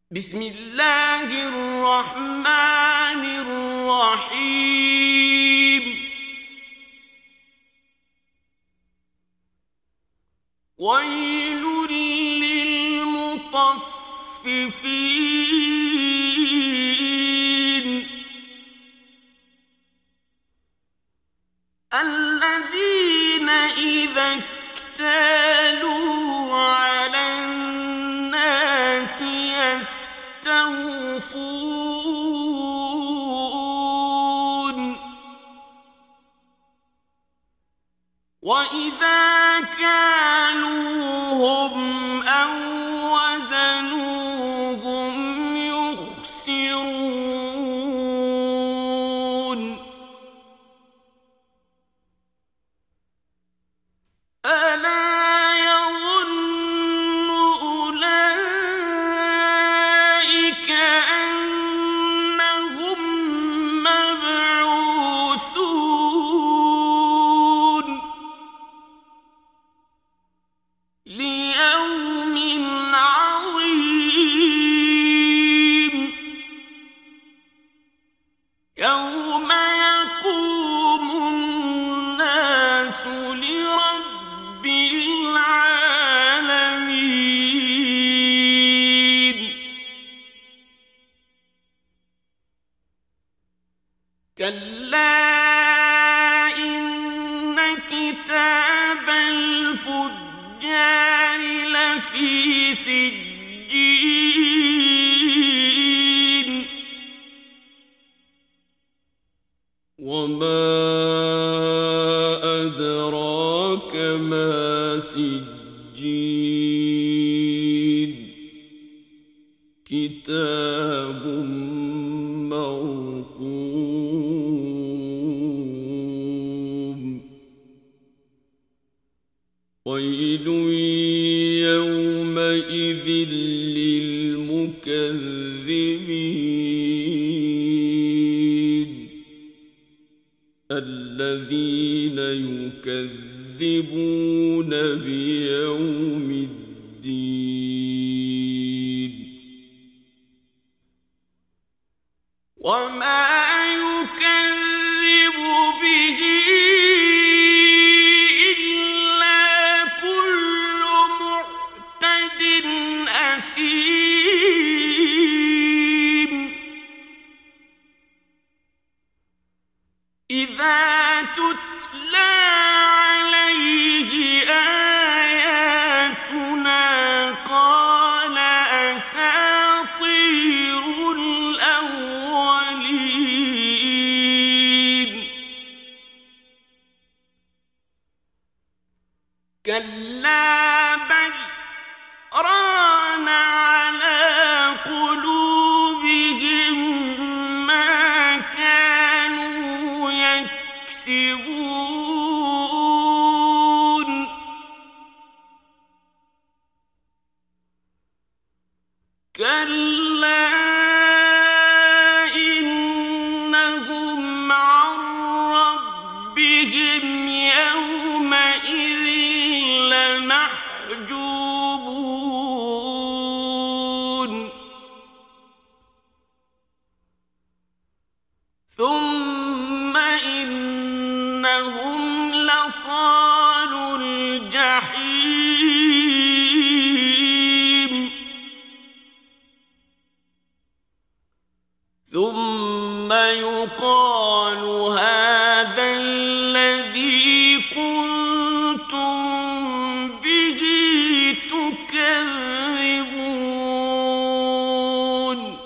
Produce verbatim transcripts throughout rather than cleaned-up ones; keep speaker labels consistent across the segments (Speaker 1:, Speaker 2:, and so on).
Speaker 1: بسم الله الرحمن الرحيم ويل للمطففين الذين إذا اكتالوا على الناس يستوفون وإذا كالوهم أو وزنوهم يخسرون ألا يظن أولئك أنهم مبعوثون ليوم عظيم يوم يقوم الناس لرب العالمين كلا إن كتاب الفجار لفي سجين وما أدراك ما سجين كتاب مرقوم ويل يومئذ للمكذبين الذين يكذبون بيوم الدين وما يكذب به إلا كل معتد أثيم إذا تتلى عليه آياتنا قال أساطير الأولين كلا بل ران على قلوبهم ما كانوا يكسبون كلا إنهم عن ربهم يومئذ لمحجوبون ثم إنهم لصالو الجحيم ثم يقال هذا الذي كنتم به تكذبون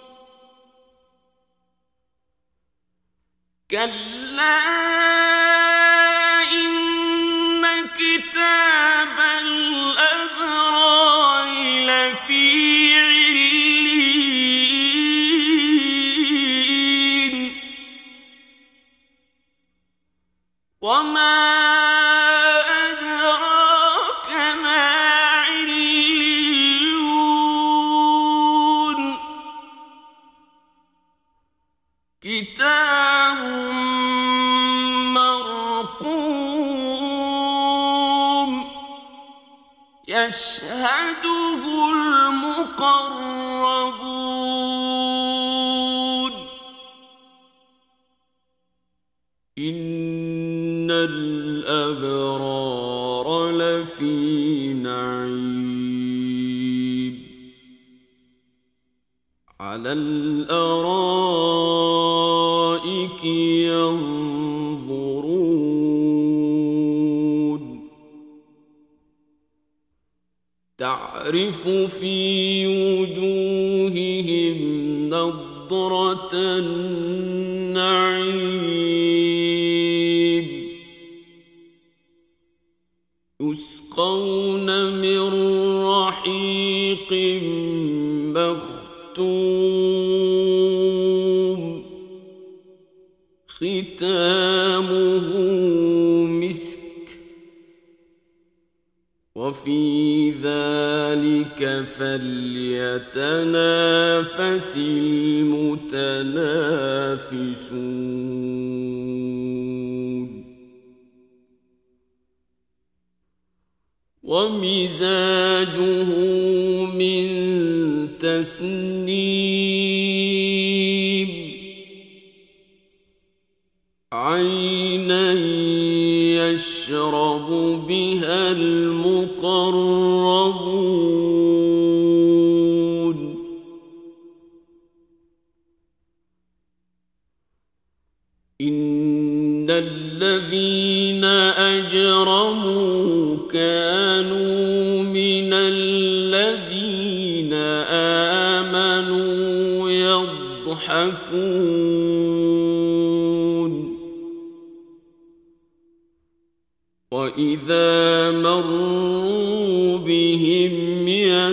Speaker 1: كلا إن كتاب الأبرار لفي عليين وما أدراك ما عليون كتاب مرقوم يشهده المقربون إن الأبرار لفي نعيم على الأرائك ينظرون تعرف في وجوههم نضرة النعيم يسقون من رحيق مختوم ختامه مسك وفي ذلك فليتنافس المتنافسون ومزاجه من تسنيم عينا يشرب بها المقربون إن الذين أجرموا كانوا من الذين آمنوا يضحكون وإذا مروا بهم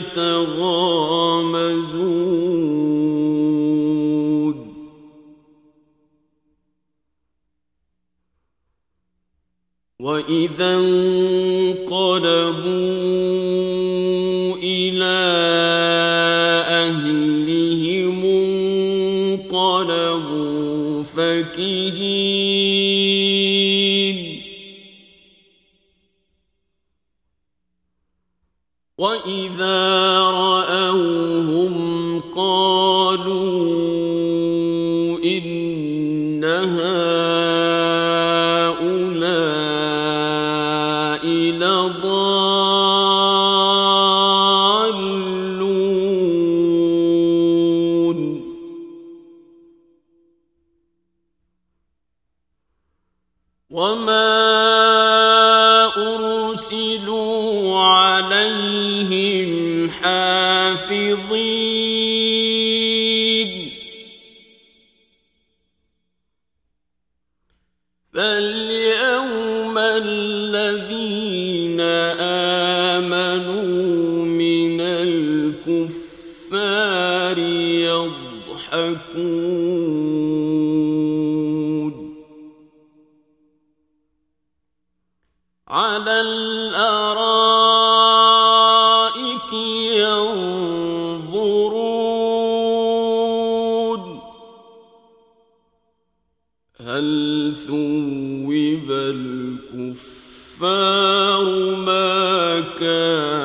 Speaker 1: يتغامزون وإذا انقلبوا إلى أهلهم انقلبوا فكهين وإذا رأوهم قالوا إن هؤلاء لضالون وما أرسلوا عليهم حافظين فاليوم الذين آمنوا من الكفار يضحكون على الأرائك ينظرون هل ثوب الكفار ما كانوا